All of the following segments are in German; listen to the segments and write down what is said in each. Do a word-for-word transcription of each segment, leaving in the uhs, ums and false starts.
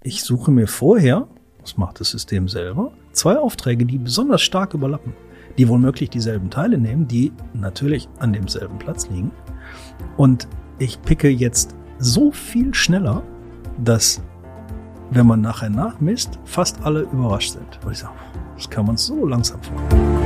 ich suche mir vorher, das macht das System selber, zwei Aufträge, die besonders stark überlappen, die womöglich dieselben Teile nehmen, die natürlich an demselben Platz liegen. Und ich picke jetzt so viel schneller, dass, wenn man nachher nachmisst, fast alle überrascht sind. Weil ich sage, das kann man so langsam vornehmen.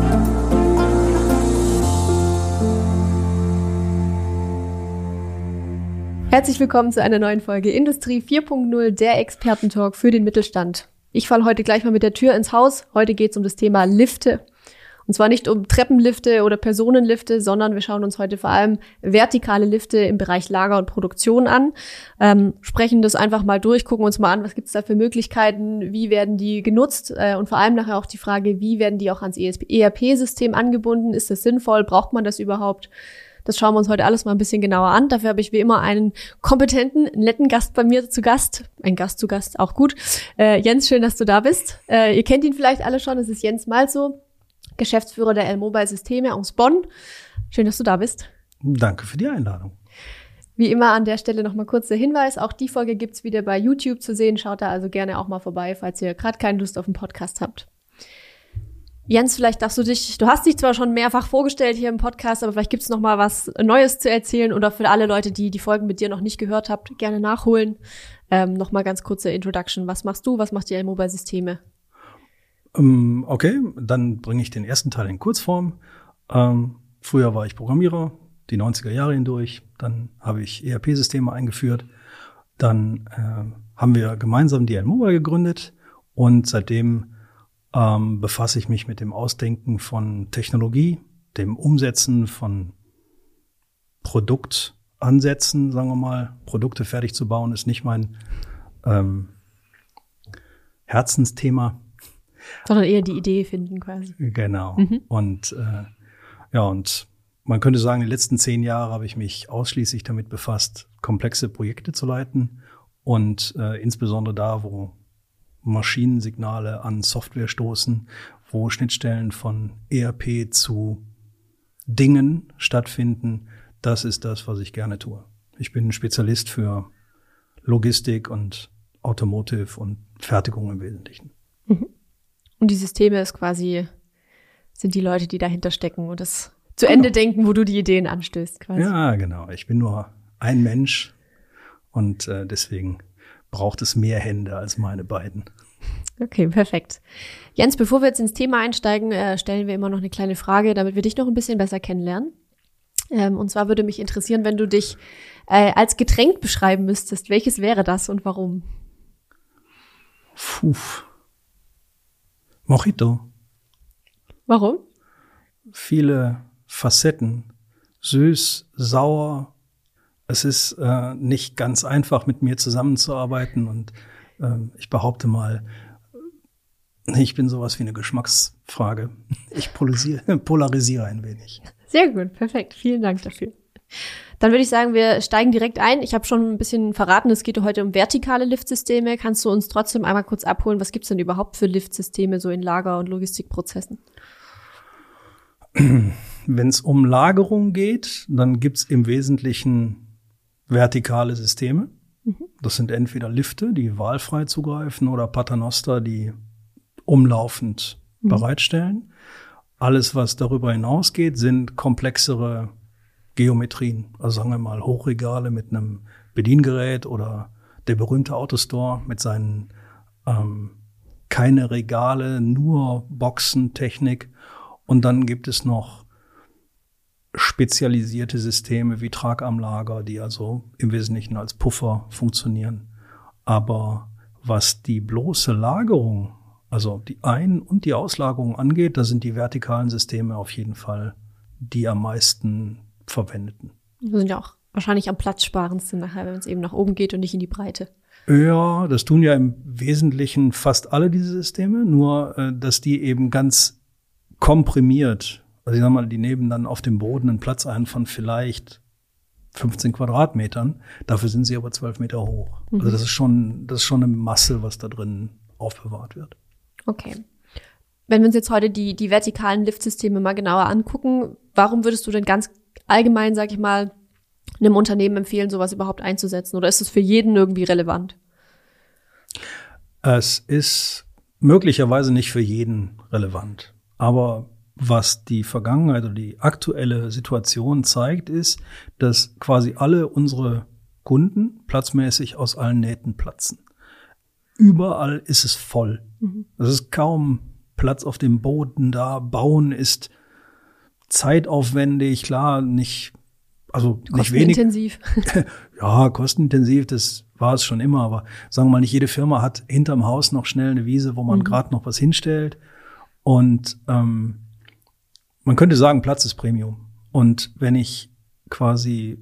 Herzlich willkommen zu einer neuen Folge Industrie vier Punkt null, der Expertentalk für den Mittelstand. Ich falle heute gleich mal mit der Tür ins Haus. Heute geht es um das Thema Lifte. Und zwar nicht um Treppenlifte oder Personenlifte, sondern wir schauen uns heute vor allem vertikale Lifte im Bereich Lager und Produktion an, ähm, sprechen das einfach mal durch, gucken uns mal an, was gibt es da für Möglichkeiten, wie werden die genutzt äh, und vor allem nachher auch die Frage, wie werden die auch ans E R P-System angebunden, ist das sinnvoll, braucht man das überhaupt? Das schauen wir uns heute alles mal ein bisschen genauer an. Dafür habe ich wie immer einen kompetenten, netten Gast bei mir zu Gast. Ein Gast zu Gast, auch gut. Äh, Jens, schön, dass du da bist. Äh, ihr kennt ihn vielleicht alle schon, es ist Jens Malzow, Geschäftsführer der L-Mobile Systeme aus Bonn. Schön, dass du da bist. Danke für die Einladung. Wie immer an der Stelle nochmal kurz der Hinweis, auch die Folge gibt's wieder bei YouTube zu sehen. Schaut da also gerne auch mal vorbei, falls ihr gerade keine Lust auf einen Podcast habt. Jens, vielleicht darfst du dich, du hast dich zwar schon mehrfach vorgestellt hier im Podcast, aber vielleicht gibt's noch mal was Neues zu erzählen oder für alle Leute, die die Folgen mit dir noch nicht gehört habt, gerne nachholen. Ähm, noch mal ganz kurze Introduction. Was machst du? Was macht die L-Mobile Systeme? Um, okay, dann bringe ich den ersten Teil in Kurzform. Ähm, früher war ich Programmierer, die neunziger Jahre hindurch. Dann habe ich E R P-Systeme eingeführt. Dann äh, haben wir gemeinsam die L-Mobile gegründet und seitdem Ähm, befasse ich mich mit dem Ausdenken von Technologie, dem Umsetzen von Produktansätzen, sagen wir mal. Produkte fertig zu bauen ist nicht mein ähm, Herzensthema. Sondern eher die Idee finden quasi. Genau. Mhm. Und äh, ja, und man könnte sagen, die letzten zehn Jahre habe ich mich ausschließlich damit befasst, komplexe Projekte zu leiten und äh, insbesondere da, wo Maschinensignale an Software stoßen, wo Schnittstellen von E R P zu Dingen stattfinden. Das ist das, was ich gerne tue. Ich bin ein Spezialist für Logistik und Automotive und Fertigung im Wesentlichen. Und die Systeme ist quasi, sind die Leute, die dahinter stecken und das zu Ende genau. denken, wo du die Ideen anstößt quasi. Ja, genau. Ich bin nur ein Mensch und äh, deswegen braucht es mehr Hände als meine beiden. Okay, perfekt. Jens, bevor wir jetzt ins Thema einsteigen, äh, stellen wir immer noch eine kleine Frage, damit wir dich noch ein bisschen besser kennenlernen. Ähm, und zwar würde mich interessieren, wenn du dich äh, als Getränk beschreiben müsstest. Welches wäre das und warum? Puh. Mojito. Warum? Viele Facetten. Süß, sauer. Es ist äh, nicht ganz einfach, mit mir zusammenzuarbeiten und ähm, ich behaupte mal, ich bin sowas wie eine Geschmacksfrage. Ich polarisiere, polarisiere ein wenig. Sehr gut, perfekt. Vielen Dank dafür. Dann würde ich sagen, wir steigen direkt ein. Ich habe schon ein bisschen verraten, es geht heute um vertikale Liftsysteme. Kannst du uns trotzdem einmal kurz abholen, was gibt's denn überhaupt für Liftsysteme so in Lager- und Logistikprozessen? Wenn es um Lagerung geht, dann gibt's im Wesentlichen vertikale Systeme. Mhm. Das sind entweder Lifte, die wahlfrei zugreifen, oder Paternoster, die umlaufend mhm. bereitstellen. Alles, was darüber hinausgeht, sind komplexere Geometrien. Also sagen wir mal Hochregale mit einem Bediengerät oder der berühmte Autostore mit seinen ähm, keine Regale, nur Boxentechnik. Und dann gibt es noch spezialisierte Systeme wie Tragarmlager, die also im Wesentlichen als Puffer funktionieren. Aber was die bloße Lagerung, also die Ein- und die Auslagerung angeht, da sind die vertikalen Systeme auf jeden Fall die am meisten verwendeten. Die sind ja auch wahrscheinlich am platzsparendsten nachher, wenn es eben nach oben geht und nicht in die Breite. Ja, das tun ja im Wesentlichen fast alle diese Systeme, nur dass die eben ganz komprimiert, also ich sag mal, die nehmen dann auf dem Boden einen Platz ein von vielleicht fünfzehn Quadratmetern. Dafür sind sie aber zwölf Meter hoch. Mhm. Also das ist schon, das ist schon eine Masse, was da drin aufbewahrt wird. Okay. Wenn wir uns jetzt heute die, die vertikalen Liftsysteme mal genauer angucken, warum würdest du denn ganz allgemein, sag ich mal, einem Unternehmen empfehlen, sowas überhaupt einzusetzen? Oder ist es für jeden irgendwie relevant? Es ist möglicherweise nicht für jeden relevant. Aber was die Vergangenheit oder die aktuelle Situation zeigt, ist, dass quasi alle unsere Kunden platzmäßig aus allen Nähten platzen. Überall ist es voll. Mhm. Es ist kaum Platz auf dem Boden da. Bauen ist zeitaufwendig, klar, nicht, also nicht wenig. Kostenintensiv. Ja, kostenintensiv, das war es schon immer. Aber sagen wir mal, nicht jede Firma hat hinterm Haus noch schnell eine Wiese, wo man mhm. gerade noch was hinstellt. Und ähm, man könnte sagen, Platz ist Premium. Und wenn ich quasi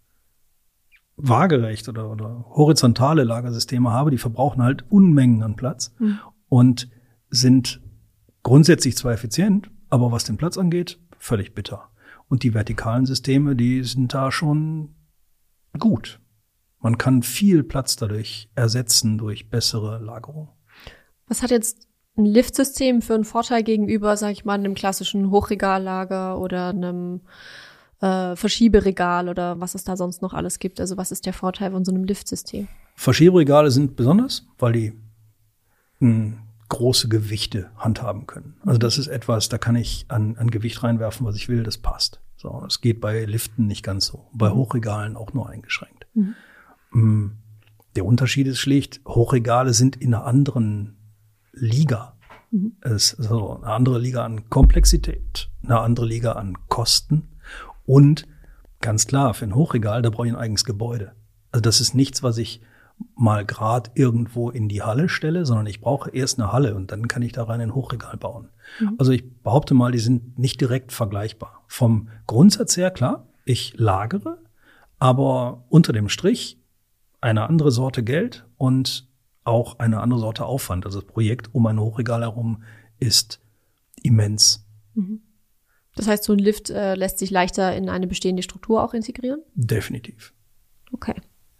waagerecht oder, oder horizontale Lagersysteme habe, die verbrauchen halt Unmengen an Platz mhm. und sind grundsätzlich zwar effizient, aber was den Platz angeht, völlig bitter. Und die vertikalen Systeme, die sind da schon gut. Man kann viel Platz dadurch ersetzen durch bessere Lagerung. Was hat jetzt ein Liftsystem für einen Vorteil gegenüber, sag ich mal, einem klassischen Hochregallager oder einem äh, Verschieberegal oder was es da sonst noch alles gibt? Also was ist der Vorteil von so einem Liftsystem? Verschieberegale sind besonders, weil die mh, große Gewichte handhaben können. Also das ist etwas, da kann ich an, an Gewicht reinwerfen, was ich will, das passt. So, das geht bei Liften nicht ganz so. Bei Hochregalen auch nur eingeschränkt. Mhm. Der Unterschied ist schlicht, Hochregale sind in einer anderen Liga. Mhm. Es ist also eine andere Liga an Komplexität, eine andere Liga an Kosten und ganz klar, für ein Hochregal, da brauche ich ein eigenes Gebäude. Also das ist nichts, was ich mal gerade irgendwo in die Halle stelle, sondern ich brauche erst eine Halle und dann kann ich da rein ein Hochregal bauen. Mhm. Also ich behaupte mal, die sind nicht direkt vergleichbar. Vom Grundsatz her, klar, ich lagere, aber unter dem Strich eine andere Sorte Geld und auch eine andere Sorte Aufwand. Also das Projekt um ein Hochregal herum ist immens. Mhm. Das heißt, so ein Lift äh, lässt sich leichter in eine bestehende Struktur auch integrieren? Definitiv. Okay.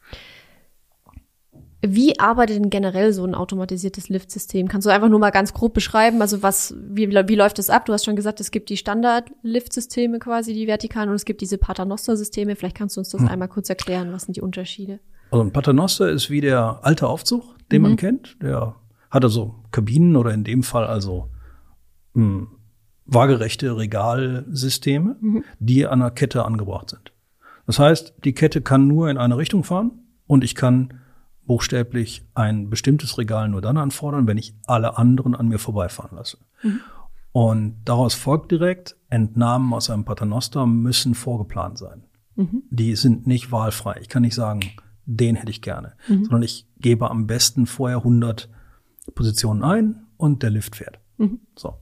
Wie arbeitet denn generell so ein automatisiertes Liftsystem? Kannst du einfach nur mal ganz grob beschreiben, also was, wie, wie läuft das ab? Du hast schon gesagt, es gibt die Standard-Liftsysteme quasi, die vertikalen, und es gibt diese Paternoster-Systeme. Vielleicht kannst du uns das hm. einmal kurz erklären, was sind die Unterschiede? Also ein Paternoster ist wie der alte Aufzug, den mhm. man kennt. Der hat also Kabinen oder in dem Fall also mh, waagerechte Regalsysteme, mhm. die an einer Kette angebracht sind. Das heißt, die Kette kann nur in eine Richtung fahren und ich kann buchstäblich ein bestimmtes Regal nur dann anfordern, wenn ich alle anderen an mir vorbeifahren lasse. Mhm. Und daraus folgt direkt, Entnahmen aus einem Paternoster müssen vorgeplant sein. Mhm. Die sind nicht wahlfrei. Ich kann nicht sagen, den hätte ich gerne, mhm. sondern ich gebe am besten vorher hundert Positionen ein und der Lift fährt. Mhm. So.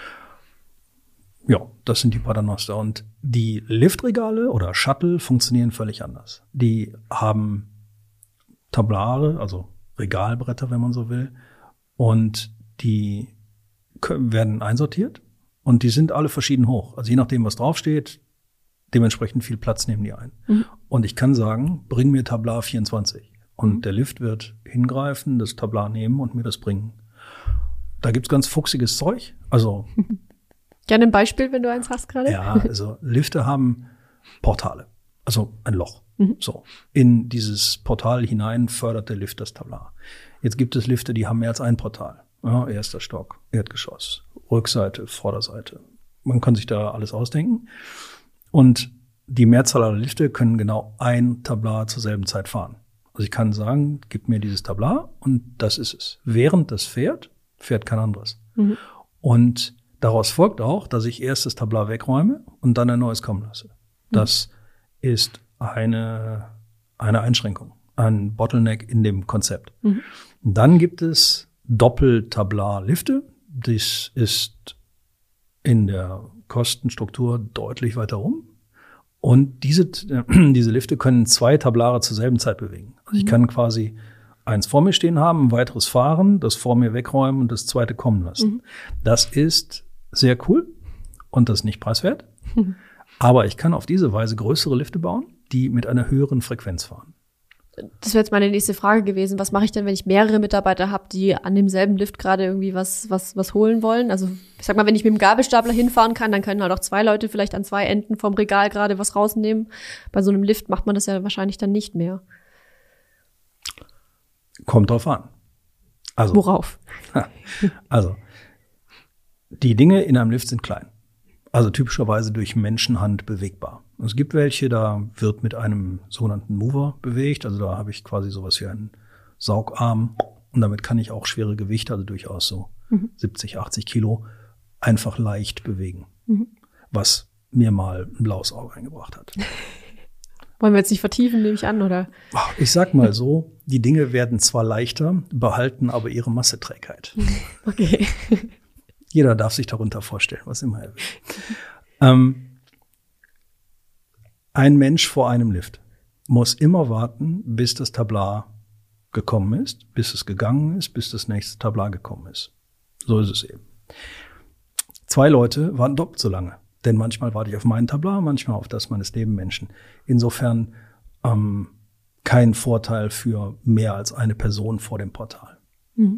Ja, das sind die Paternoster. Und die Liftregale oder Shuttle funktionieren völlig anders. Die haben Tablare, also Regalbretter, wenn man so will, und die werden einsortiert und die sind alle verschieden hoch. Also je nachdem, was draufsteht, dementsprechend viel Platz nehmen die ein. Mhm. Und ich kann sagen, bring mir Tablar vierundzwanzig. Und mhm. der Lift wird hingreifen, das Tablar nehmen und mir das bringen. Da gibt's ganz fuchsiges Zeug. Also gerne ein Beispiel, wenn du eins hast gerade. Ja, also Lifte haben Portale, also ein Loch. Mhm. So, in dieses Portal hinein fördert der Lift das Tablar. Jetzt gibt es Lifte, die haben mehr als ein Portal. Ja, erster Stock, Erdgeschoss, Rückseite, Vorderseite. Man kann sich da alles ausdenken. Und die Mehrzahl aller Lifte können genau ein Tablar zur selben Zeit fahren. Also ich kann sagen, gib mir dieses Tablar und das ist es. Während das fährt, fährt kein anderes. Mhm. Und daraus folgt auch, dass ich erst das Tablar wegräume und dann ein neues kommen lasse. Das mhm. ist eine, eine Einschränkung, ein Bottleneck in dem Konzept. Mhm. Dann gibt es Doppeltablar-Lifte. Das ist in der Kostenstruktur deutlich weiter rum. Und diese, äh, diese Lifte können zwei Tablare zur selben Zeit bewegen. Also ich kann quasi eins vor mir stehen haben, ein weiteres fahren, das vor mir wegräumen und das zweite kommen lassen. Mhm. Das ist sehr cool und das ist nicht preiswert. Mhm. Aber ich kann auf diese Weise größere Lifte bauen, die mit einer höheren Frequenz fahren. Das wäre jetzt meine nächste Frage gewesen. Was mache ich denn, wenn ich mehrere Mitarbeiter habe, die an demselben Lift gerade irgendwie was was was holen wollen? Also ich sag mal, wenn ich mit dem Gabelstapler hinfahren kann, dann können halt auch zwei Leute vielleicht an zwei Enden vom Regal gerade was rausnehmen. Bei so einem Lift macht man das ja wahrscheinlich dann nicht mehr. Kommt drauf an. Also, worauf? Also, die Dinge in einem Lift sind klein. Also typischerweise durch Menschenhand bewegbar. Es gibt welche, da wird mit einem sogenannten Mover bewegt. Also da habe ich quasi sowas wie einen Saugarm. Und damit kann ich auch schwere Gewichte, also durchaus so mhm. siebzig, achtzig Kilo, einfach leicht bewegen. Mhm. Was mir mal ein blaues Auge eingebracht hat. Wollen wir jetzt nicht vertiefen, nehme ich an, oder? Ich sag mal so, die Dinge werden zwar leichter, behalten aber ihre Masseträgheit. Okay. Jeder darf sich darunter vorstellen, was immer er will. ähm, ein Mensch vor einem Lift muss immer warten, bis das Tablar gekommen ist, bis es gegangen ist, bis das nächste Tablar gekommen ist. So ist es eben. Zwei Leute warten doppelt so lange. Denn manchmal warte ich auf meinen Tablar, manchmal auf das meines Nebenmenschen. Insofern ähm, kein Vorteil für mehr als eine Person vor dem Portal. Mhm.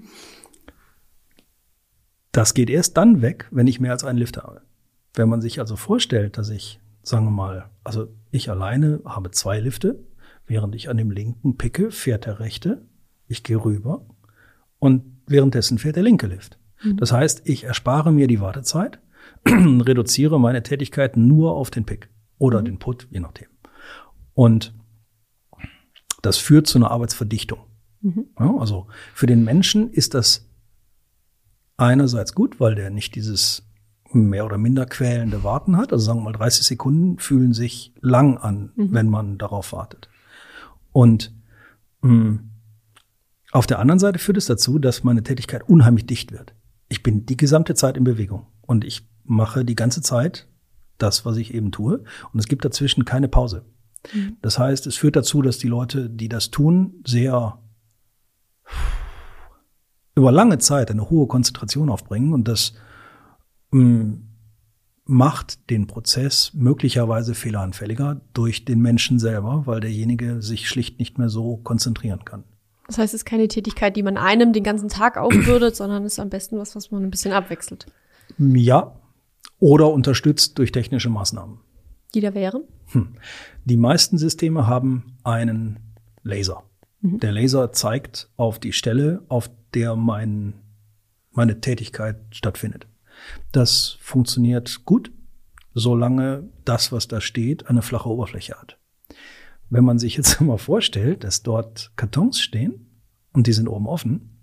Das geht erst dann weg, wenn ich mehr als einen Lift habe. Wenn man sich also vorstellt, dass ich, sagen wir mal, also ich alleine habe zwei Lifte, während ich an dem linken picke, fährt der rechte, ich gehe rüber und währenddessen fährt der linke Lift. Mhm. Das heißt, ich erspare mir die Wartezeit, reduziere meine Tätigkeit nur auf den Pick oder mhm. den Put, je nachdem. Und das führt zu einer Arbeitsverdichtung. Mhm. Ja, also für den Menschen ist das einerseits gut, weil der nicht dieses mehr oder minder quälende Warten hat. Also sagen wir mal, dreißig Sekunden fühlen sich lang an, mhm. wenn man darauf wartet. Und mh, auf der anderen Seite führt es dazu, dass meine Tätigkeit unheimlich dicht wird. Ich bin die gesamte Zeit in Bewegung und ich mache die ganze Zeit das, was ich eben tue. Und es gibt dazwischen keine Pause. Mhm. Das heißt, es führt dazu, dass die Leute, die das tun, sehr über lange Zeit eine hohe Konzentration aufbringen. Und das mh, macht den Prozess möglicherweise fehleranfälliger durch den Menschen selber, weil derjenige sich schlicht nicht mehr so konzentrieren kann. Das heißt, es ist keine Tätigkeit, die man einem den ganzen Tag aufbürdet, sondern es ist am besten was, was man ein bisschen abwechselt. Ja, oder unterstützt durch technische Maßnahmen. Die da wären? Hm. Die meisten Systeme haben einen Laser. Mhm. Der Laser zeigt auf die Stelle, auf der mein, meine Tätigkeit stattfindet. Das funktioniert gut, solange das, was da steht, eine flache Oberfläche hat. Wenn man sich jetzt mal vorstellt, dass dort Kartons stehen und die sind oben offen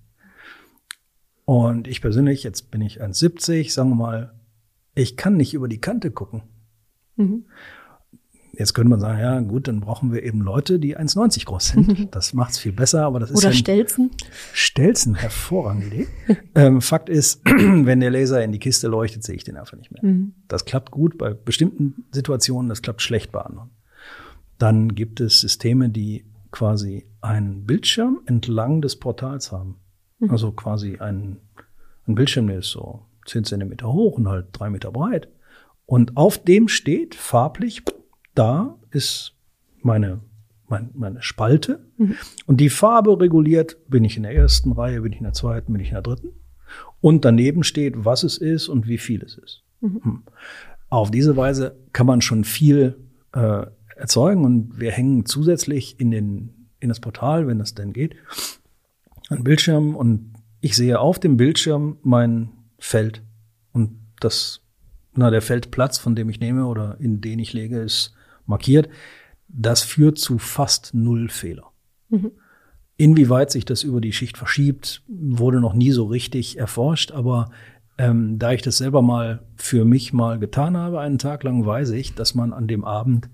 und ich persönlich, jetzt bin ich eins siebzig, sagen wir mal, ich kann nicht über die Kante gucken. Mhm. Jetzt könnte man sagen, ja gut, dann brauchen wir eben Leute, die eins neunzig groß sind. Das macht's viel besser, aber das ist Oder ja Stelzen. Stelzen, hervorragende Idee. ähm, Fakt ist, wenn der Laser in die Kiste leuchtet, sehe ich den einfach nicht mehr. Mhm. Das klappt gut bei bestimmten Situationen, das klappt schlecht bei anderen. Dann gibt es Systeme, die quasi einen Bildschirm entlang des Portals haben. Mhm. Also quasi ein, ein Bildschirm, der ist so zehn Zentimeter hoch und halt drei Meter breit. Und auf dem steht farblich, da ist meine, meine, meine Spalte. Mhm. Und die Farbe reguliert, bin ich in der ersten Reihe, bin ich in der zweiten, bin ich in der dritten. Und daneben steht, was es ist und wie viel es ist. Mhm. Hm. Auf diese Weise kann man schon viel äh, erzeugen und wir hängen zusätzlich in den in das Portal, wenn das denn geht, einen Bildschirm und ich sehe auf dem Bildschirm mein Feld und das, na, der Feldplatz, von dem ich nehme oder in den ich lege, ist markiert. Das führt zu fast null Fehler. Mhm. Inwieweit sich das über die Schicht verschiebt, wurde noch nie so richtig erforscht, aber ähm, da ich das selber mal für mich mal getan habe, einen Tag lang, weiß ich, dass man an dem Abend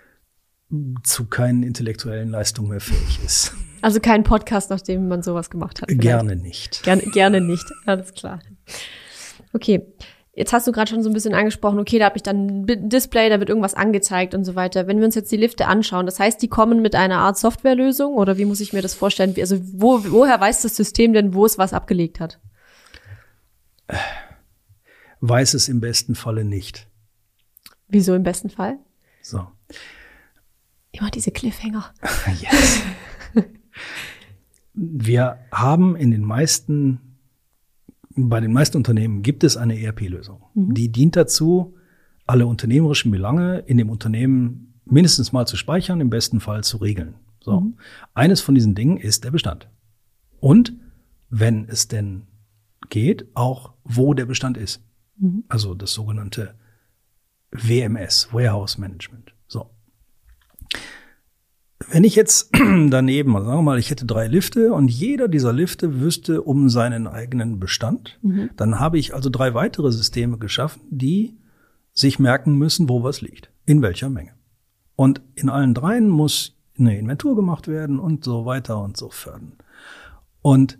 zu keinen intellektuellen Leistungen mehr fähig ist. Also kein Podcast, nachdem man sowas gemacht hat. Vielleicht. Gerne nicht. Gerne, gerne nicht, alles klar. Okay, jetzt hast du gerade schon so ein bisschen angesprochen, okay, da habe ich dann ein Display, da wird irgendwas angezeigt und so weiter. Wenn wir uns jetzt die Lifte anschauen, das heißt, die kommen mit einer Art Softwarelösung oder wie muss ich mir das vorstellen? Also wo, woher weiß das System denn, wo es was abgelegt hat? Weiß es im besten Falle nicht. Wieso im besten Fall? So. Immer diese Cliffhanger. Yes. Wir haben in den meisten, bei den meisten Unternehmen gibt es eine E R P-Lösung. Mhm. Die dient dazu, alle unternehmerischen Belange in dem Unternehmen mindestens mal zu speichern, im besten Fall zu regeln. So. Mhm. Eines von diesen Dingen ist der Bestand. Und wenn es denn geht, auch wo der Bestand ist. Mhm. Also das sogenannte W M S, Warehouse Management. So. Wenn ich jetzt daneben, also sagen wir mal, ich hätte drei Lifte und jeder dieser Lifte wüsste um seinen eigenen Bestand, mhm. dann habe ich also drei weitere Systeme geschaffen, die sich merken müssen, wo was liegt, in welcher Menge. Und in allen dreien muss eine Inventur gemacht werden und so weiter und so fort. Und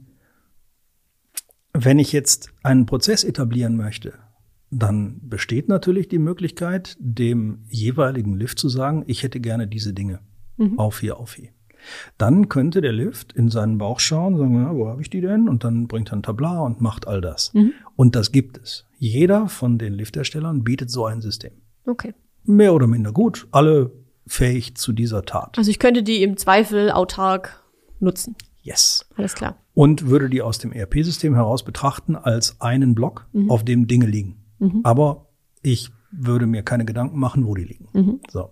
wenn ich jetzt einen Prozess etablieren möchte, dann besteht natürlich die Möglichkeit, dem jeweiligen Lift zu sagen, ich hätte gerne diese Dinge. Mhm. Auf hier, auf hier. Dann könnte der Lift in seinen Bauch schauen und sagen, ja, wo habe ich die denn? Und dann bringt er ein Tablar und macht all das. Mhm. Und das gibt es. Jeder von den Liftherstellern bietet so ein System. Okay. Mehr oder minder gut, alle fähig zu dieser Tat. Also ich könnte die im Zweifel autark nutzen. Yes. Alles klar. Und würde die aus dem E R P-System heraus betrachten als einen Block, mhm. auf dem Dinge liegen. Mhm. Aber ich würde mir keine Gedanken machen, wo die liegen. Mhm. So.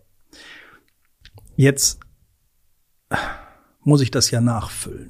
Jetzt muss ich das ja nachfüllen.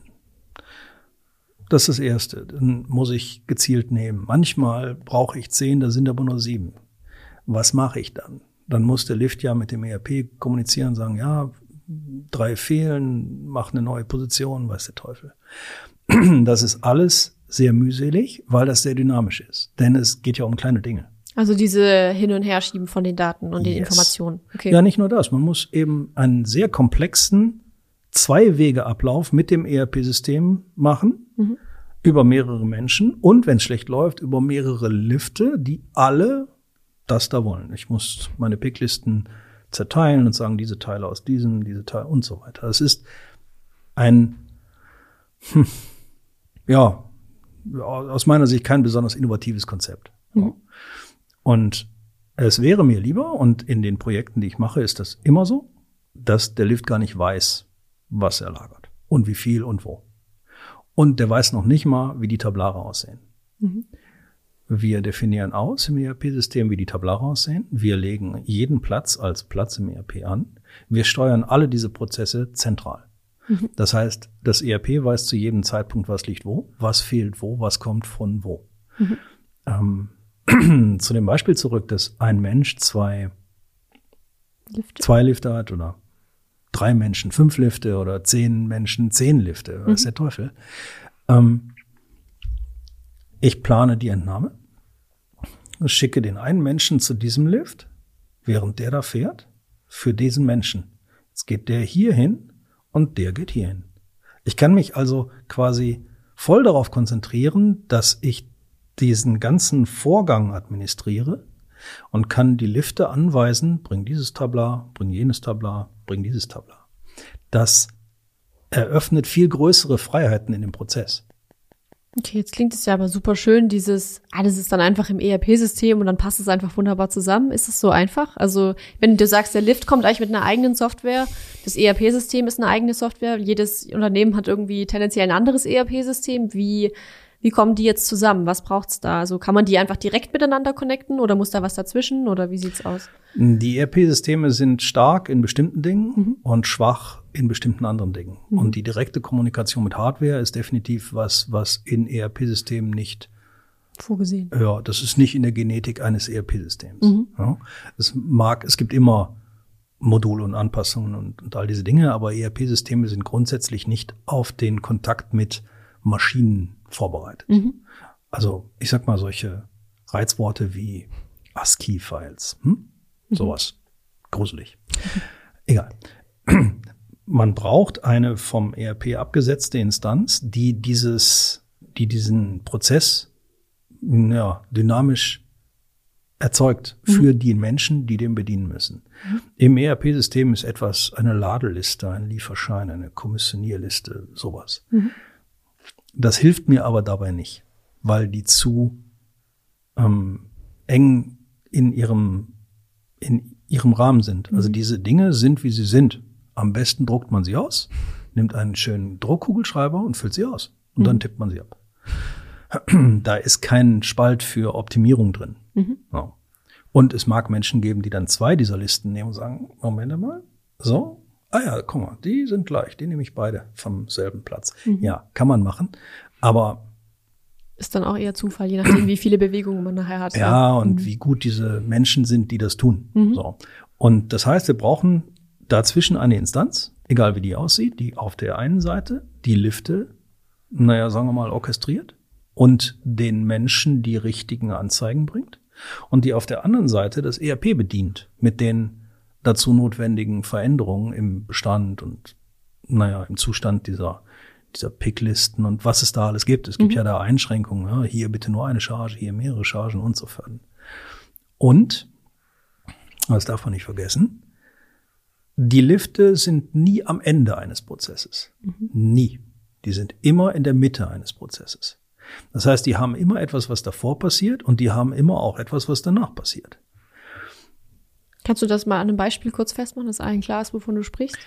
Das ist das Erste. Dann muss ich gezielt nehmen. Manchmal brauche ich zehn, da sind aber nur sieben. Was mache ich dann? Dann muss der Lift ja mit dem E R P kommunizieren und sagen, ja, drei fehlen, mach eine neue Position, weiß der Teufel. Das ist alles sehr mühselig, weil das sehr dynamisch ist. Denn es geht ja um kleine Dinge. Also diese Hin- und Herschieben von den Daten und den yes. Informationen. Okay. Ja, nicht nur das. Man muss eben einen sehr komplexen Zwei-Wege-Ablauf mit dem E R P-System machen, mhm. über mehrere Menschen und, wenn es schlecht läuft, über mehrere Lifte, die alle das da wollen. Ich muss meine Picklisten zerteilen und sagen, diese Teile aus diesem, diese Teile und so weiter. Es ist ein, hm, ja, aus meiner Sicht kein besonders innovatives Konzept. Mhm. Und es wäre mir lieber, und in den Projekten, die ich mache, ist das immer so, dass der Lift gar nicht weiß, was er lagert und wie viel und wo. Und der weiß noch nicht mal, wie die Tablare aussehen. Mhm. Wir definieren aus im E R P-System, wie die Tablare aussehen. Wir legen jeden Platz als Platz im E R P an. Wir steuern alle diese Prozesse zentral. Mhm. Das heißt, das E R P weiß zu jedem Zeitpunkt, was liegt wo, was fehlt wo, was kommt von wo. Mhm. Ähm, zu dem Beispiel zurück, dass ein Mensch zwei Lifte. zwei Lifte hat oder drei Menschen fünf Lifte oder zehn Menschen zehn Lifte, mhm. weiß der Teufel. Ähm, ich plane die Entnahme, schicke den einen Menschen zu diesem Lift, während der da fährt, für diesen Menschen. Jetzt geht der hier hin und der geht hier hin. Ich kann mich also quasi voll darauf konzentrieren, dass ich diesen ganzen Vorgang administriere und kann die Lifte anweisen, bring dieses Tablar, bring jenes Tablar, bring dieses Tablar. Das eröffnet viel größere Freiheiten in dem Prozess. Okay, jetzt klingt es ja aber super schön, dieses, alles ist dann einfach im E R P-System und dann passt es einfach wunderbar zusammen. Ist es so einfach? Also, wenn du sagst, der Lift kommt eigentlich mit einer eigenen Software, das E R P-System ist eine eigene Software, jedes Unternehmen hat irgendwie tendenziell ein anderes E R P-System. Wie Wie kommen die jetzt zusammen? Was braucht's da? Also kann man die einfach direkt miteinander connecten oder muss da was dazwischen oder wie sieht's aus? Die E R P-Systeme sind stark in bestimmten Dingen mhm. und schwach in bestimmten anderen Dingen. Mhm. Und die direkte Kommunikation mit Hardware ist definitiv was, was in E R P-Systemen nicht vorgesehen. Ja, das ist nicht in der Genetik eines E R P-Systems. Mhm. Ja, es mag, es gibt immer Module und Anpassungen und, und all diese Dinge, aber E R P-Systeme sind grundsätzlich nicht auf den Kontakt mit Maschinen vorbereitet. Mhm. Also ich sag mal solche Reizworte wie ASCII-Files, hm? mhm. sowas. Gruselig. Mhm. Egal. Man braucht eine vom E R P abgesetzte Instanz, die dieses, die diesen Prozess ja, dynamisch erzeugt mhm. für die Menschen, die den bedienen müssen. Mhm. Im E R P-System ist etwas eine Ladeliste, ein Lieferschein, eine Kommissionierliste, sowas. Mhm. Das hilft mir aber dabei nicht, weil die zu ähm, eng in ihrem in ihrem Rahmen sind. Also diese Dinge sind, wie sie sind. Am besten druckt man sie aus, nimmt einen schönen Druckkugelschreiber und füllt sie aus. Und mhm. dann tippt man sie ab. Da ist kein Spalt für Optimierung drin. Mhm. Ja. Und es mag Menschen geben, die dann zwei dieser Listen nehmen und sagen, Moment mal, so, ah ja, guck mal, die sind gleich, die nehme ich beide vom selben Platz. Mhm. Ja, kann man machen. Aber ist dann auch eher Zufall, je nachdem, wie viele Bewegungen man nachher hat. Ja, ne? und mhm. wie gut diese Menschen sind, die das tun. Mhm. So. Und das heißt, wir brauchen dazwischen eine Instanz, egal wie die aussieht, die auf der einen Seite die Lifte, naja, sagen wir mal, orchestriert und den Menschen die richtigen Anzeigen bringt und die auf der anderen Seite das E R P bedient mit den dazu notwendigen Veränderungen im Bestand und, naja, im Zustand dieser dieser Picklisten und was es da alles gibt. Es gibt mhm. ja da Einschränkungen, ja, hier bitte nur eine Charge, hier mehrere Chargen und so fort. Und, das darf man nicht vergessen, die Lifte sind nie am Ende eines Prozesses. Mhm. Nie. Die sind immer in der Mitte eines Prozesses. Das heißt, die haben immer etwas, was davor passiert und die haben immer auch etwas, was danach passiert. Kannst du das mal an einem Beispiel kurz festmachen, dass allen klar ist, wovon du sprichst?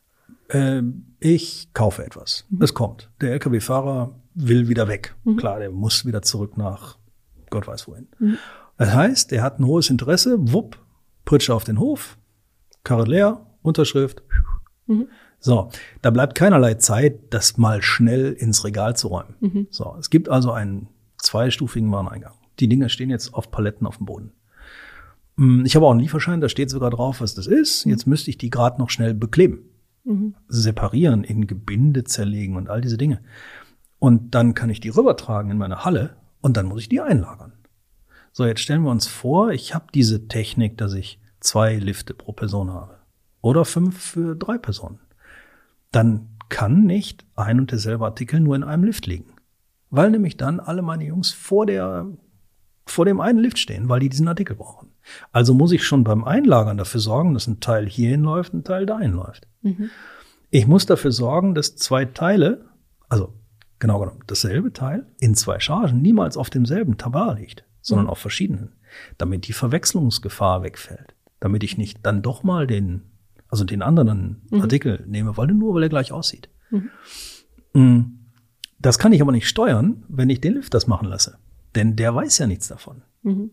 Ich kaufe etwas. Mhm. Es kommt. Der L K W-Fahrer will wieder weg. Mhm. Klar, der muss wieder zurück nach Gott weiß wohin. Mhm. Das heißt, der hat ein hohes Interesse. Wupp, Pritsche auf den Hof, Karre leer, Unterschrift. Mhm. So, da bleibt keinerlei Zeit, das mal schnell ins Regal zu räumen. Mhm. So, es gibt also einen zweistufigen Wareneingang. Die Dinger stehen jetzt auf Paletten auf dem Boden. Ich habe auch einen Lieferschein, da steht sogar drauf, was das ist. Jetzt müsste ich die gerade noch schnell bekleben. Mhm. Separieren, in Gebinde zerlegen und all diese Dinge. Und dann kann ich die rübertragen in meine Halle und dann muss ich die einlagern. So, jetzt stellen wir uns vor, ich habe diese Technik, dass ich zwei Lifte pro Person habe. Oder fünf für drei Personen. Dann kann nicht ein und derselbe Artikel nur in einem Lift liegen. Weil nämlich dann alle meine Jungs vor der, vor dem einen Lift stehen, weil die diesen Artikel brauchen. Also muss ich schon beim Einlagern dafür sorgen, dass ein Teil hierhin läuft, ein Teil dahin läuft. Mhm. Ich muss dafür sorgen, dass zwei Teile, also genau genommen dasselbe Teil, in zwei Chargen niemals auf demselben Tabar liegt, sondern mhm. auf verschiedenen, damit die Verwechslungsgefahr wegfällt. Damit ich nicht dann doch mal den, also den anderen mhm. Artikel nehme, weil nur weil er gleich aussieht. Mhm. Das kann ich aber nicht steuern, wenn ich den Lift das machen lasse. Denn der weiß ja nichts davon. Mhm.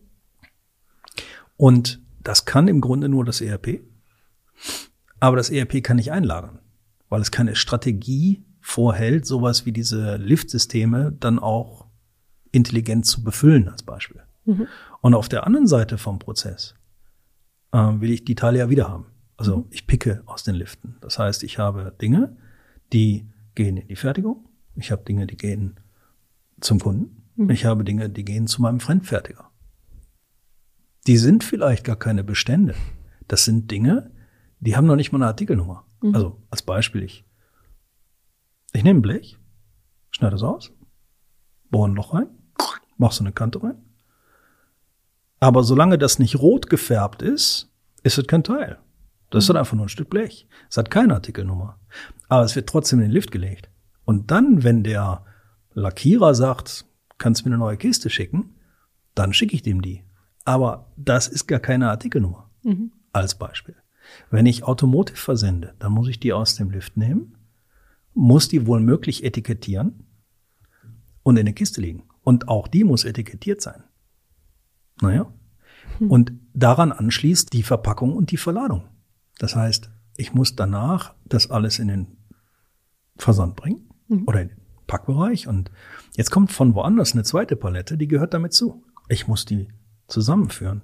Und das kann im Grunde nur das E R P. Aber das E R P kann nicht einlagern, weil es keine Strategie vorhält, sowas wie diese Liftsysteme dann auch intelligent zu befüllen als Beispiel. Mhm. Und auf der anderen Seite vom Prozess äh, will ich die Teile ja wieder haben. Also mhm. ich picke aus den Liften. Das heißt, ich habe Dinge, die gehen in die Fertigung. Ich habe Dinge, die gehen zum Kunden. Mhm. Ich habe Dinge, die gehen zu meinem Fremdfertiger. Die sind vielleicht gar keine Bestände. Das sind Dinge, die haben noch nicht mal eine Artikelnummer. Mhm. Also als Beispiel, ich, ich nehme ein Blech, schneide es aus, bohre ein Loch rein, mache so eine Kante rein. Aber solange das nicht rot gefärbt ist, ist es kein Teil. Das mhm. ist einfach nur ein Stück Blech. Es hat keine Artikelnummer. Aber es wird trotzdem in den Lift gelegt. Und dann, wenn der Lackierer sagt, kannst du mir eine neue Kiste schicken, dann schicke ich dem die. Aber das ist gar keine Artikelnummer, mhm. als Beispiel. Wenn ich Automotive versende, dann muss ich die aus dem Lift nehmen, muss die wohl möglich etikettieren und in eine Kiste legen. Und auch die muss etikettiert sein. Naja. Mhm. Und daran anschließt die Verpackung und die Verladung. Das heißt, ich muss danach das alles in den Versand bringen mhm. oder in den Packbereich. Und jetzt kommt von woanders eine zweite Palette, die gehört damit zu. Ich muss die zusammenführen.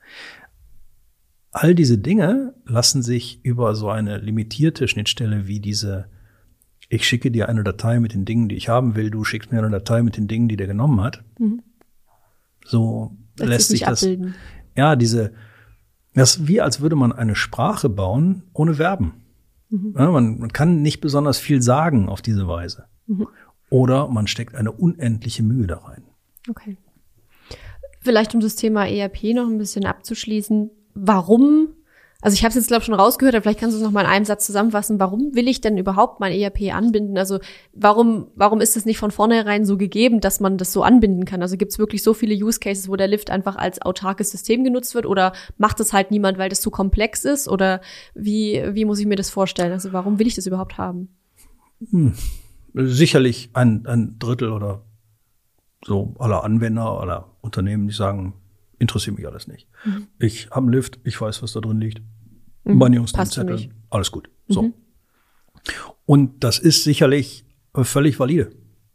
All diese Dinge lassen sich über so eine limitierte Schnittstelle wie diese, ich schicke dir eine Datei mit den Dingen, die ich haben will, du schickst mir eine Datei mit den Dingen, die der genommen hat. Mhm. So das lässt sich das, abbilden. Ja, diese, das ist wie als würde man eine Sprache bauen ohne Verben. Mhm. Ja, man, man kann nicht besonders viel sagen auf diese Weise. Mhm. Oder man steckt eine unendliche Mühe da rein. Okay. Vielleicht um das Thema E R P noch ein bisschen abzuschließen. Warum, also ich habe es jetzt glaube ich schon rausgehört, aber vielleicht kannst du es noch mal in einem Satz zusammenfassen. Warum will ich denn überhaupt mein E R P anbinden? Also warum warum ist es nicht von vornherein so gegeben, dass man das so anbinden kann? Also gibt es wirklich so viele Use Cases, wo der Lift einfach als autarkes System genutzt wird? Oder macht es halt niemand, weil das zu komplex ist? Oder wie wie muss ich mir das vorstellen? Also warum will ich das überhaupt haben? Hm. Sicherlich ein, ein Drittel oder so aller Anwender, aller Unternehmen, die sagen, interessiert mich alles nicht. Mhm. Ich habe einen Lift, ich weiß, was da drin liegt. Mhm. Meine Jungs den Zettel, alles gut. So. Mhm. Und das ist sicherlich völlig valide.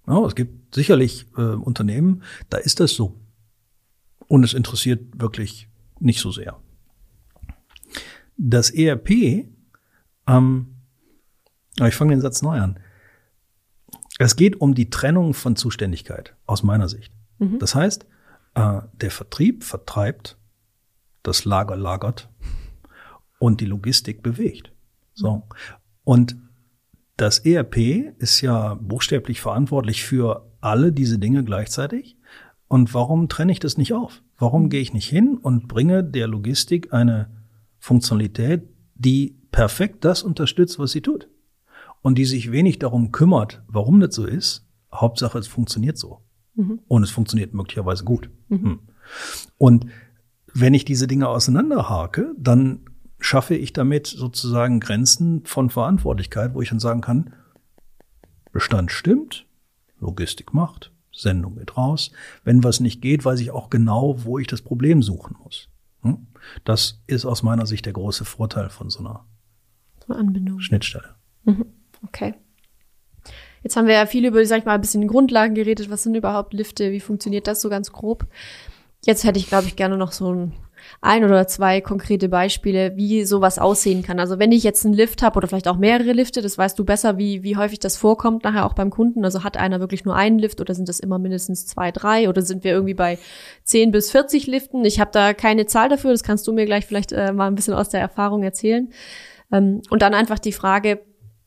Ja, es gibt sicherlich äh, Unternehmen, da ist das so. Und es interessiert wirklich nicht so sehr. Das E R P, ähm, ich fange den Satz neu an. Es geht um die Trennung von Zuständigkeit, aus meiner Sicht. Mhm. Das heißt, äh, der Vertrieb vertreibt, das Lager lagert und die Logistik bewegt. So. Und das E R P ist ja buchstäblich verantwortlich für alle diese Dinge gleichzeitig. Und warum trenne ich das nicht auf? Warum gehe ich nicht hin und bringe der Logistik eine Funktionalität, die perfekt das unterstützt, was sie tut? Und die sich wenig darum kümmert, warum das so ist. Hauptsache, es funktioniert so. Mhm. Und es funktioniert möglicherweise gut. Mhm. Und wenn ich diese Dinge auseinanderhake, dann schaffe ich damit sozusagen Grenzen von Verantwortlichkeit, wo ich dann sagen kann, Bestand stimmt, Logistik macht, Sendung geht raus. Wenn was nicht geht, weiß ich auch genau, wo ich das Problem suchen muss. Das ist aus meiner Sicht der große Vorteil von so einer so Anbindung. Schnittstelle. Okay. Jetzt haben wir ja viel über, sag ich mal, ein bisschen Grundlagen geredet. Was sind überhaupt Lifte? Wie funktioniert das so ganz grob? Jetzt hätte ich, glaube ich, gerne noch so ein, ein oder zwei konkrete Beispiele, wie sowas aussehen kann. Also wenn ich jetzt einen Lift habe oder vielleicht auch mehrere Lifte, das weißt du besser, wie wie häufig das vorkommt nachher auch beim Kunden. Also hat einer wirklich nur einen Lift oder sind das immer mindestens zwei, drei oder sind wir irgendwie bei zehn bis vierzig Liften? Ich habe da keine Zahl dafür, das kannst du mir gleich vielleicht äh, mal ein bisschen aus der Erfahrung erzählen. Ähm, und dann einfach die Frage,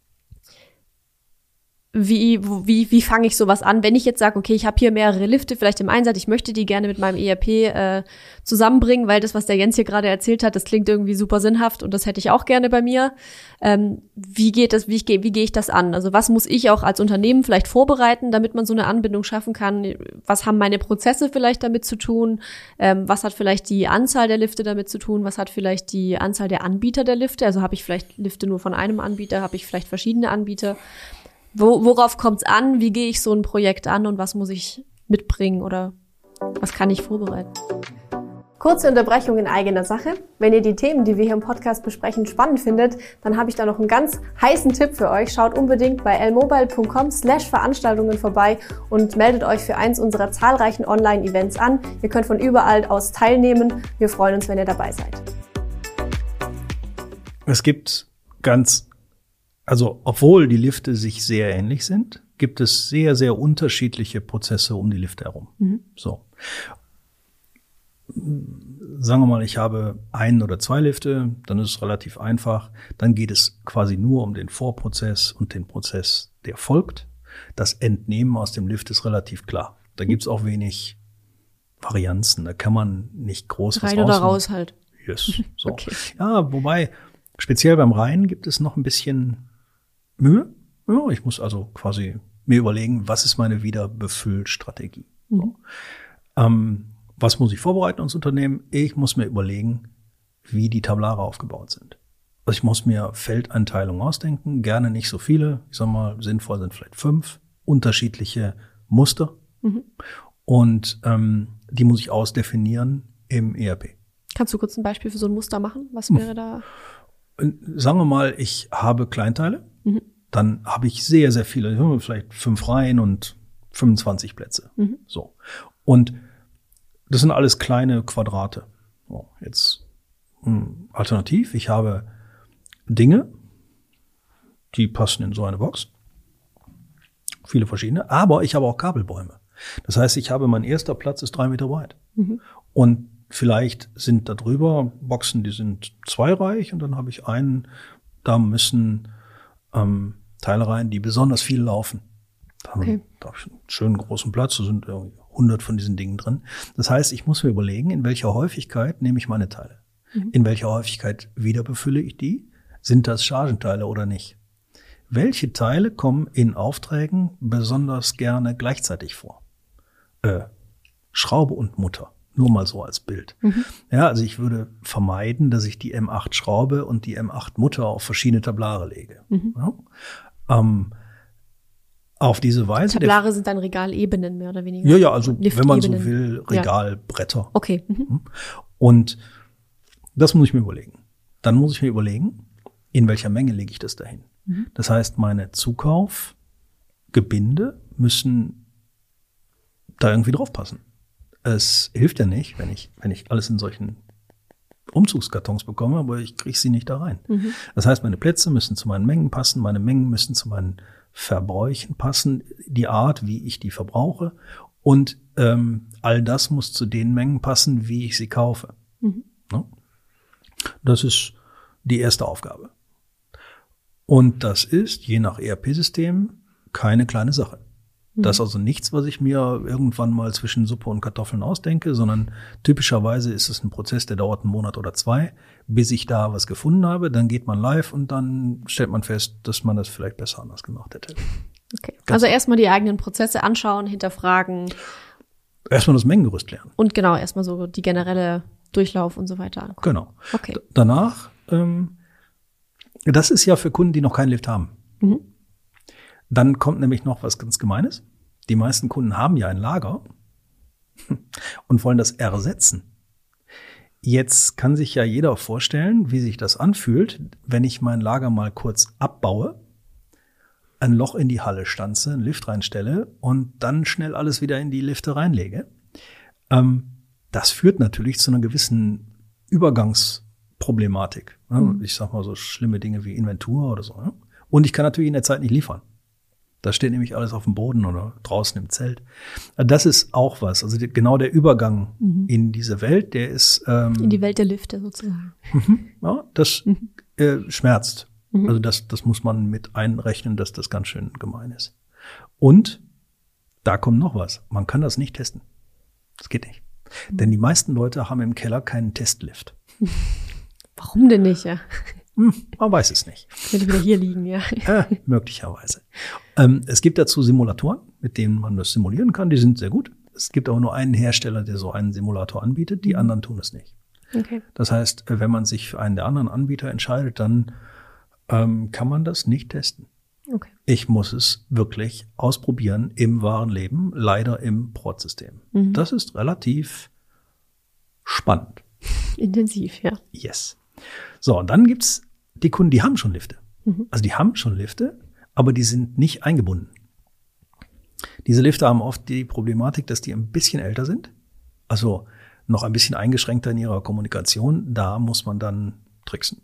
Wie, wie, wie fange ich sowas an, wenn ich jetzt sage, okay, ich habe hier mehrere Lifte vielleicht im Einsatz, ich möchte die gerne mit meinem E R P äh, zusammenbringen, weil das, was der Jens hier gerade erzählt hat, das klingt irgendwie super sinnhaft und das hätte ich auch gerne bei mir. Ähm, wie geht das, wie, ich, wie gehe ich das an? Also was muss ich auch als Unternehmen vielleicht vorbereiten, damit man so eine Anbindung schaffen kann? Was haben meine Prozesse vielleicht damit zu tun? Ähm, was hat vielleicht die Anzahl der Lifte damit zu tun? Was hat vielleicht die Anzahl der Anbieter der Lifte? Also habe ich vielleicht Lifte nur von einem Anbieter? Habe ich vielleicht verschiedene Anbieter? Wo, worauf kommt's an? Wie gehe ich so ein Projekt an und was muss ich mitbringen oder was kann ich vorbereiten? Kurze Unterbrechung in eigener Sache. Wenn ihr die Themen, die wir hier im Podcast besprechen, spannend findet, dann habe ich da noch einen ganz heißen Tipp für euch. Schaut unbedingt bei elmobile.com slash Veranstaltungen vorbei und meldet euch für eins unserer zahlreichen Online-Events an. Ihr könnt von überall aus teilnehmen. Wir freuen uns, wenn ihr dabei seid. Es gibt ganz Also, obwohl die Lifte sich sehr ähnlich sind, gibt es sehr, sehr unterschiedliche Prozesse um die Lifte herum. Mhm. So. Sagen wir mal, ich habe ein oder zwei Lifte, dann ist es relativ einfach. Dann geht es quasi nur um den Vorprozess und den Prozess, der folgt. Das Entnehmen aus dem Lift ist relativ klar. Da gibt's auch wenig Varianzen. Da kann man nicht groß was rein oder raus halt. Yes. So. Okay. Ja, wobei, speziell beim Rein gibt es noch ein bisschen Mühe. Ja, ich muss also quasi mir überlegen, was ist meine Wiederbefüllstrategie. Mhm. So. Ähm, was muss ich vorbereiten als Unternehmen? Ich muss mir überlegen, wie die Tablare aufgebaut sind. Also ich muss mir Feldeinteilungen ausdenken, gerne nicht so viele. Ich sag mal, sinnvoll sind vielleicht fünf unterschiedliche Muster. Mhm. Und ähm, die muss ich ausdefinieren im E R P. Kannst du kurz ein Beispiel für so ein Muster machen? Was wäre da? Sagen wir mal, ich habe Kleinteile. Mhm. Dann habe ich sehr, sehr viele, vielleicht fünf Reihen und fünfundzwanzig Plätze. Mhm. So. Und das sind alles kleine Quadrate. So, jetzt mh, alternativ, ich habe Dinge, die passen in so eine Box. Viele verschiedene. Aber ich habe auch Kabelbäume. Das heißt, ich habe, mein erster Platz ist drei Meter weit. Mhm. Und vielleicht sind da drüber Boxen, die sind zweireihig und dann habe ich einen, da müssen ähm, Teile rein, die besonders viel laufen. Da, okay. da habe ich einen schönen großen Platz, da sind irgendwie hundert von diesen Dingen drin. Das heißt, ich muss mir überlegen, in welcher Häufigkeit nehme ich meine Teile? Mhm. In welcher Häufigkeit wiederbefülle ich die? Sind das Chargenteile oder nicht? Welche Teile kommen in Aufträgen besonders gerne gleichzeitig vor? Äh, Schraube und Mutter. Nur mal so als Bild. Mhm. Ja, also ich würde vermeiden, dass ich die M acht Schraube und die M acht Mutter auf verschiedene Tablare lege. Mhm. Ja? Ähm, auf diese Weise. Tablare sind dann Regalebenen mehr oder weniger. Ja, ja, also wenn man so will, Regalbretter. Ja. Okay. Mhm. Und das muss ich mir überlegen. Dann muss ich mir überlegen, in welcher Menge lege ich das dahin. Mhm. Das heißt, meine Zukaufgebinde müssen da irgendwie draufpassen. Es hilft ja nicht, wenn ich, wenn ich alles in solchen Umzugskartons bekomme, aber ich kriege sie nicht da rein. Mhm. Das heißt, meine Plätze müssen zu meinen Mengen passen, meine Mengen müssen zu meinen Verbräuchen passen, die Art, wie ich die verbrauche. Und ähm, all das muss zu den Mengen passen, wie ich sie kaufe. Mhm. Ne? Das ist die erste Aufgabe. Und das ist, je nach E R P-System, keine kleine Sache. Das ist also nichts, was ich mir irgendwann mal zwischen Suppe und Kartoffeln ausdenke, sondern typischerweise ist es ein Prozess, der dauert einen Monat oder zwei, bis ich da was gefunden habe. Dann geht man live und dann stellt man fest, dass man das vielleicht besser anders gemacht hätte. Okay. Also erstmal die eigenen Prozesse anschauen, hinterfragen. Erstmal das Mengengerüst lernen. Und genau, erstmal so die generelle Durchlauf und so weiter angucken. Genau. Okay. D- danach, ähm, das ist ja für Kunden, die noch keinen Lift haben. Mhm. Dann kommt nämlich noch was ganz Gemeines. Die meisten Kunden haben ja ein Lager und wollen das ersetzen. Jetzt kann sich ja jeder vorstellen, wie sich das anfühlt, wenn ich mein Lager mal kurz abbaue, ein Loch in die Halle stanze, einen Lift reinstelle und dann schnell alles wieder in die Lifte reinlege. Ähm, das führt natürlich zu einer gewissen Übergangsproblematik. Mhm. Ich sag mal so schlimme Dinge wie Inventur oder so. Ne? Und ich kann natürlich in der Zeit nicht liefern. Da steht nämlich alles auf dem Boden oder draußen im Zelt. Das ist auch was. Also die, genau der Übergang mhm. in diese Welt, der ist ähm, in die Welt der Lifte sozusagen. Ja, das mhm. äh, schmerzt. Mhm. Also das, das muss man mit einrechnen, dass das ganz schön gemein ist. Und da kommt noch was. Man kann das nicht testen. Das geht nicht. Mhm. Denn die meisten Leute haben im Keller keinen Testlift. Warum denn nicht, ja? Hm, man weiß es nicht. Könnte wieder hier liegen, ja. Äh, möglicherweise. Ähm, es gibt dazu Simulatoren, mit denen man das simulieren kann. Die sind sehr gut. Es gibt aber nur einen Hersteller, der so einen Simulator anbietet. Die anderen tun es nicht. Okay. Das heißt, wenn man sich für einen der anderen Anbieter entscheidet, dann ähm, kann man das nicht testen. Okay. Ich muss es wirklich ausprobieren im wahren Leben, leider im Prot-System. Mhm. Das ist relativ spannend. Intensiv, ja. Yes. So, und dann gibt's die Kunden, die haben schon Lifte. Mhm. Also die haben schon Lifte, aber die sind nicht eingebunden. Diese Lifte haben oft die Problematik, dass die ein bisschen älter sind. Also noch ein bisschen eingeschränkter in ihrer Kommunikation. Da muss man dann tricksen.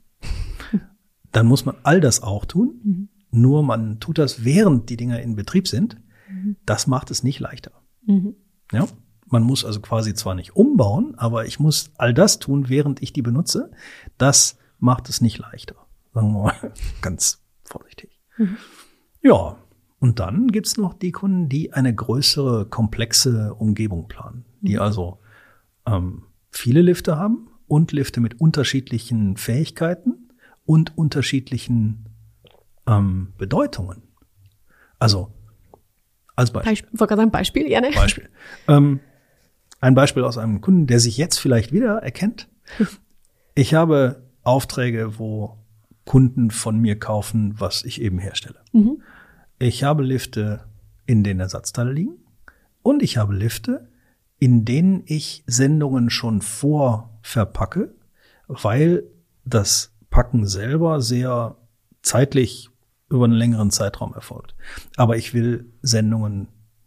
Dann muss man all das auch tun. Mhm. Nur man tut das, während die Dinger in Betrieb sind. Mhm. Das macht es nicht leichter. Mhm. Ja? Man muss also quasi zwar nicht umbauen, aber ich muss all das tun, während ich die benutze. Das macht es nicht leichter. Sagen wir mal ganz vorsichtig. Mhm. Ja, und dann gibt's noch die Kunden, die eine größere, komplexe Umgebung planen. Die mhm. also ähm, viele Lifte haben und Lifte mit unterschiedlichen Fähigkeiten und unterschiedlichen ähm, Bedeutungen. Also als Beispiel. Ich wollte gerade sagen, Beispiel, gerne. Beispiel. Ähm, Ein Beispiel aus einem Kunden, der sich jetzt vielleicht wieder erkennt. Ich habe Aufträge, wo Kunden von mir kaufen, was ich eben herstelle. Mhm. Ich habe Lifte, in denen Ersatzteile liegen. Und ich habe Lifte, in denen ich Sendungen schon vorverpacke, weil das Packen selber sehr zeitlich über einen längeren Zeitraum erfolgt. Aber ich will Sendungen,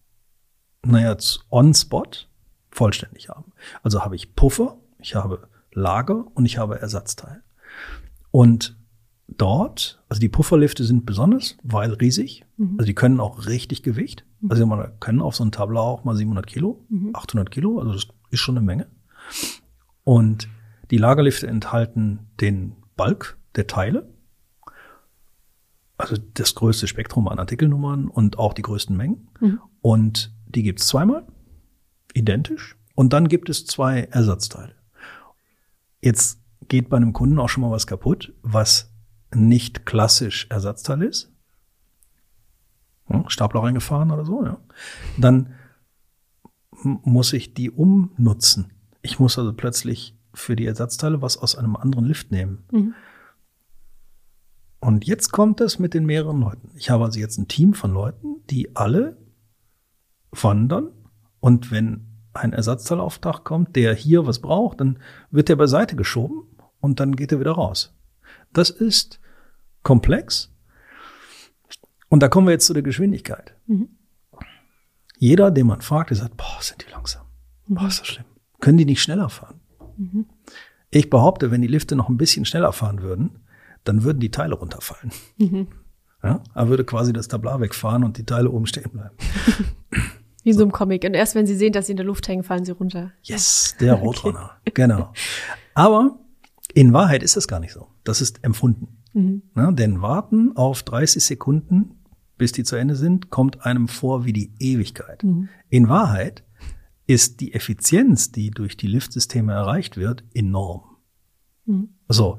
naja, on spot vollständig haben. Also habe ich Puffer, ich habe Lager und ich habe Ersatzteil. Und dort, also die Pufferlifte sind besonders, weil riesig. Mhm. Also die können auch richtig Gewicht. Also man können auf so ein Tableau auch mal siebenhundert Kilo, mhm. achthundert Kilo, also das ist schon eine Menge. Und die Lagerlifte enthalten den Bulk der Teile, also das größte Spektrum an Artikelnummern und auch die größten Mengen. Mhm. Und die gibt's zweimal, identisch. Und dann gibt es zwei Ersatzteile. Jetzt geht bei einem Kunden auch schon mal was kaputt, was nicht klassisch Ersatzteil ist. Ja, Stapler reingefahren oder so, ja. Dann m- muss ich die umnutzen. Ich muss also plötzlich für die Ersatzteile was aus einem anderen Lift nehmen. Mhm. Und jetzt kommt es mit den mehreren Leuten. Ich habe also jetzt ein Team von Leuten, die alle wandern. Und wenn ein Ersatzteil auf den Dach kommt, der hier was braucht, dann wird der beiseite geschoben und dann geht er wieder raus. Das ist komplex. Und da kommen wir jetzt zu der Geschwindigkeit. Mhm. Jeder, den man fragt, der sagt, boah, sind die langsam. Boah, ist das schlimm. Können die nicht schneller fahren? Mhm. Ich behaupte, wenn die Lifte noch ein bisschen schneller fahren würden, dann würden die Teile runterfallen. Mhm. Ja, er würde quasi das Tablar wegfahren und die Teile oben stehen bleiben. Wie in so einem Comic. Und erst wenn sie sehen, dass sie in der Luft hängen, fallen sie runter. Yes, der Roadrunner. Okay. Genau. Aber in Wahrheit ist das gar nicht so. Das ist empfunden. Mhm. Ja, denn warten auf dreißig Sekunden, bis die zu Ende sind, kommt einem vor wie die Ewigkeit. Mhm. In Wahrheit ist die Effizienz, die durch die Liftsysteme erreicht wird, enorm. Mhm. Also,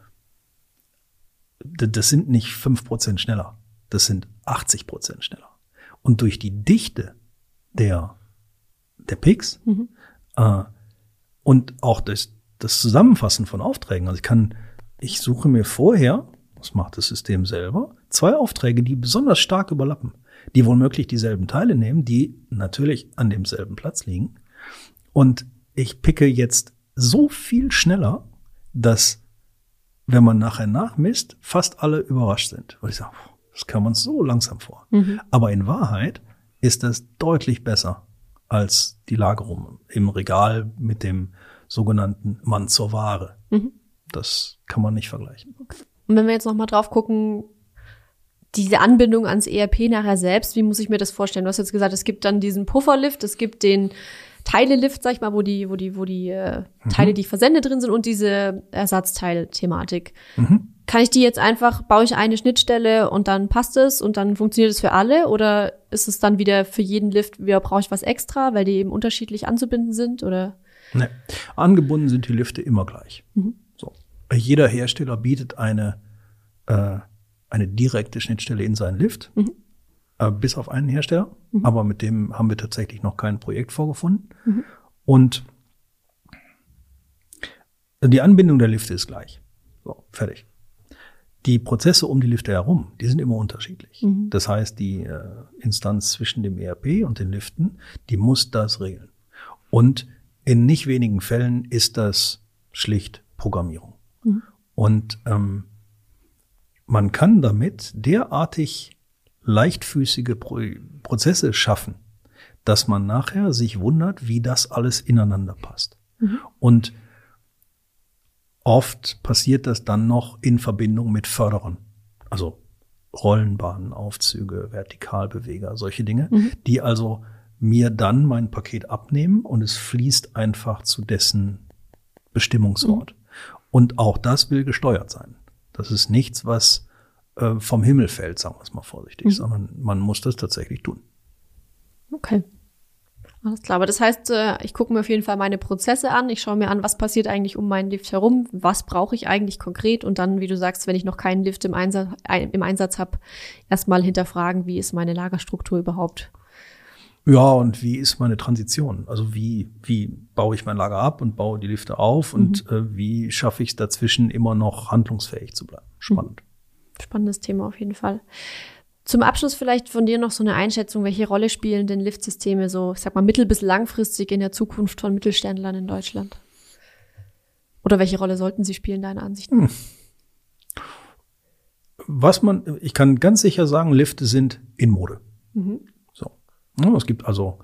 das sind nicht fünf Prozent schneller. Das sind achtzig Prozent schneller. Und durch die Dichte der, der Peaks mhm. äh, und auch das, das Zusammenfassen von Aufträgen. Also ich kann, ich suche mir vorher, das macht das System selber, zwei Aufträge, die besonders stark überlappen, die womöglich dieselben Teile nehmen, die natürlich an demselben Platz liegen. Und ich picke jetzt so viel schneller, dass, wenn man nachher nachmisst, fast alle überrascht sind. Weil ich sage, das kam uns so langsam vor. Mhm. Aber in Wahrheit ist das deutlich besser als die Lagerung im Regal mit dem sogenannten Mann zur Ware. Mhm. Das kann man nicht vergleichen. Okay. Und wenn wir jetzt noch mal drauf gucken, diese Anbindung ans E R P nachher selbst, wie muss ich mir das vorstellen? Du hast jetzt gesagt, es gibt dann diesen Pufferlift, es gibt den Teilelift, sag ich mal, wo die, wo die, wo die äh, mhm. Teile, die ich versende, drin sind und diese Ersatzteil-Thematik. Mhm. Kann ich die jetzt einfach, baue ich eine Schnittstelle und dann passt es und dann funktioniert es für alle? Oder ist es dann wieder für jeden Lift, wieder brauche ich was extra, weil die eben unterschiedlich anzubinden sind? Oder? Nee, angebunden sind die Lifte immer gleich. Mhm. So. Jeder Hersteller bietet eine, äh, eine direkte Schnittstelle in seinen Lift, mhm. äh, bis auf einen Hersteller. Mhm. Aber mit dem haben wir tatsächlich noch kein Projekt vorgefunden. Mhm. Und die Anbindung der Lifte ist gleich. So, fertig. Die Prozesse um die Lifte herum, die sind immer unterschiedlich. Mhm. Das heißt, die äh, Instanz zwischen dem E R P und den Liften, die muss das regeln. Und in nicht wenigen Fällen ist das schlicht Programmierung. Mhm. Und ähm, man kann damit derartig leichtfüßige Pro- Prozesse schaffen, dass man nachher sich wundert, wie das alles ineinander passt. Mhm. Und oft passiert das dann noch in Verbindung mit Förderern, also Rollenbahnen, Aufzüge, Vertikalbeweger, solche Dinge, mhm. die also mir dann mein Paket abnehmen und es fließt einfach zu dessen Bestimmungsort. Mhm. Und auch das will gesteuert sein. Das ist nichts, was äh, vom Himmel fällt, sagen wir es mal vorsichtig, mhm. sondern man muss das tatsächlich tun. Okay. Alles klar, aber das heißt, ich gucke mir auf jeden Fall meine Prozesse an, ich schaue mir an, was passiert eigentlich um meinen Lift herum, was brauche ich eigentlich konkret und dann, wie du sagst, wenn ich noch keinen Lift im Einsatz, im Einsatz habe, erstmal hinterfragen, wie ist meine Lagerstruktur überhaupt? Ja, und wie ist meine Transition? Also wie wie baue ich mein Lager ab und baue die Lifte auf mhm. und äh, wie schaffe ich es dazwischen immer noch handlungsfähig zu bleiben? Spannend. Spannendes Thema auf jeden Fall. Zum Abschluss vielleicht von dir noch so eine Einschätzung, welche Rolle spielen denn Liftsysteme so, ich sag mal, mittel- bis langfristig in der Zukunft von Mittelständlern in Deutschland? Oder welche Rolle sollten sie spielen, deiner Ansicht nach? Hm. Was man, ich kann ganz sicher sagen, Lifte sind in Mode. Mhm. So. Ja, es gibt also,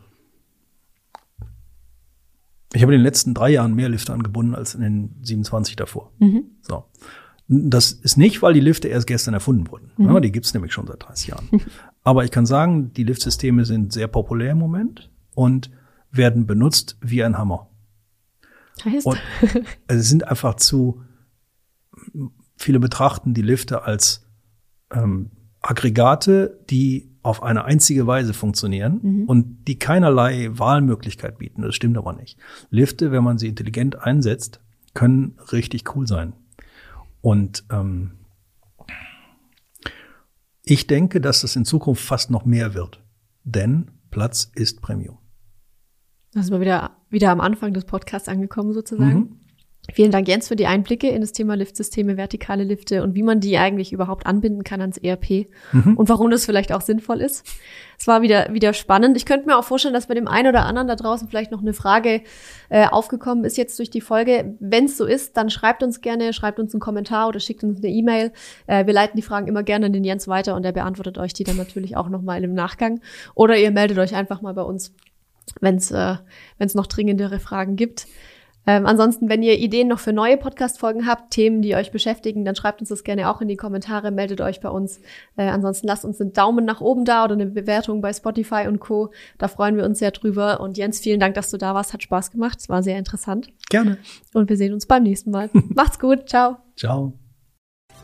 ich habe in den letzten drei Jahren mehr Lifte angebunden als in den siebenundzwanzig davor. Mhm. So. Das ist nicht, weil die Lifte erst gestern erfunden wurden. Mhm. Ja, die gibt's nämlich schon seit dreißig Jahren. Aber ich kann sagen, die Liftsysteme sind sehr populär im Moment und werden benutzt wie ein Hammer. Heißt? Und also es sind einfach zu, viele betrachten die Lifte als ähm, Aggregate, die auf eine einzige Weise funktionieren mhm. und die keinerlei Wahlmöglichkeit bieten. Das stimmt aber nicht. Lifte, wenn man sie intelligent einsetzt, können richtig cool sein. Und ähm, ich denke, dass das in Zukunft fast noch mehr wird, denn Platz ist Premium. Da sind wir wieder, wieder am Anfang des Podcasts angekommen sozusagen. Mhm. Vielen Dank, Jens, für die Einblicke in das Thema Liftsysteme, vertikale Lifte und wie man die eigentlich überhaupt anbinden kann ans E R P mhm. und warum das vielleicht auch sinnvoll ist. Es war wieder wieder spannend. Ich könnte mir auch vorstellen, dass bei dem einen oder anderen da draußen vielleicht noch eine Frage äh, aufgekommen ist jetzt durch die Folge. Wenn es so ist, dann schreibt uns gerne, schreibt uns einen Kommentar oder schickt uns eine E-Mail. Äh, wir leiten die Fragen immer gerne an den Jens weiter und er beantwortet euch die dann natürlich auch nochmal im Nachgang. Oder ihr meldet euch einfach mal bei uns, wenn es äh, wenn es noch dringendere Fragen gibt. Ähm, ansonsten, wenn ihr Ideen noch für neue Podcast-Folgen habt, Themen, die euch beschäftigen, dann schreibt uns das gerne auch in die Kommentare, meldet euch bei uns. Äh, ansonsten lasst uns einen Daumen nach oben da oder eine Bewertung bei Spotify und Co. Da freuen wir uns sehr drüber. Und Jens, vielen Dank, dass du da warst. Hat Spaß gemacht. Es war sehr interessant. Gerne. Und wir sehen uns beim nächsten Mal. Macht's gut. Ciao. Ciao.